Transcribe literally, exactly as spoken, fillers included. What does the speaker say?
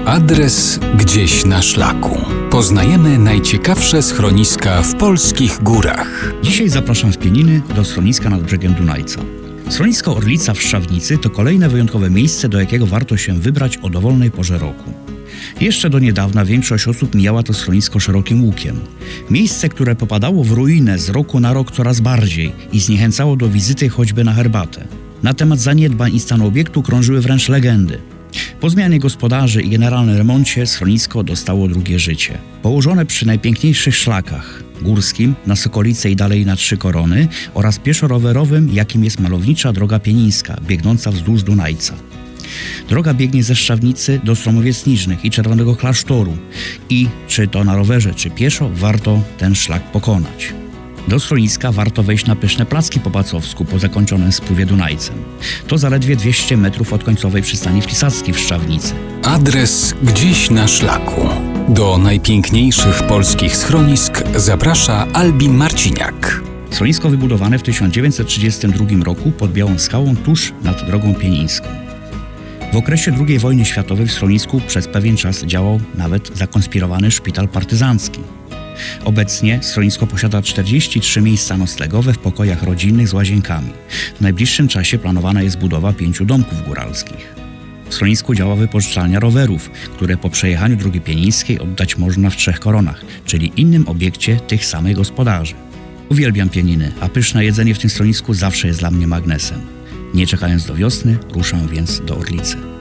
Adres gdzieś na szlaku. Poznajemy najciekawsze schroniska w polskich górach. Dzisiaj zapraszam w Pieniny do schroniska nad brzegiem Dunajca. Schronisko Orlica w Szczawnicy to kolejne wyjątkowe miejsce, do jakiego warto się wybrać o dowolnej porze roku. Jeszcze do niedawna większość osób mijała to schronisko szerokim łukiem. Miejsce, które popadało w ruinę z roku na rok coraz bardziej i zniechęcało do wizyty choćby na herbatę. Na temat zaniedbań i stanu obiektu krążyły wręcz legendy. Po zmianie gospodarzy i generalnym remoncie schronisko dostało drugie życie. Położone przy najpiękniejszych szlakach górskim, na Sokolice i dalej na Trzy Korony oraz pieszo-rowerowym, jakim jest malownicza droga pienińska, biegnąca wzdłuż Dunajca. Droga biegnie ze Szczawnicy do Stromowiec Niżnych i Czerwonego Klasztoru i czy to na rowerze, czy pieszo, warto ten szlak pokonać. Do schroniska warto wejść na pyszne placki po bacowsku po zakończonym spływie Dunajcem. To zaledwie dwieście metrów od końcowej przystani Flisackiej w Szczawnicy. Adres gdzieś na szlaku. Do najpiękniejszych polskich schronisk zaprasza Albin Marciniak. Schronisko wybudowane w tysiąc dziewięćset trzydziestym drugim roku pod Białą Skałą tuż nad drogą pienińską. W okresie drugiej wojny światowej w schronisku przez pewien czas działał nawet zakonspirowany szpital partyzancki. Obecnie schronisko posiada czterdzieści trzy miejsca noclegowe w pokojach rodzinnych z łazienkami. W najbliższym czasie planowana jest budowa pięciu domków góralskich. W schronisku działa wypożyczalnia rowerów, które po przejechaniu drogi pienińskiej oddać można w Trzech Koronach, czyli innym obiekcie tych samych gospodarzy. Uwielbiam Pieniny, a pyszne jedzenie w tym schronisku zawsze jest dla mnie magnesem. Nie czekając do wiosny, ruszam więc do Orlicy.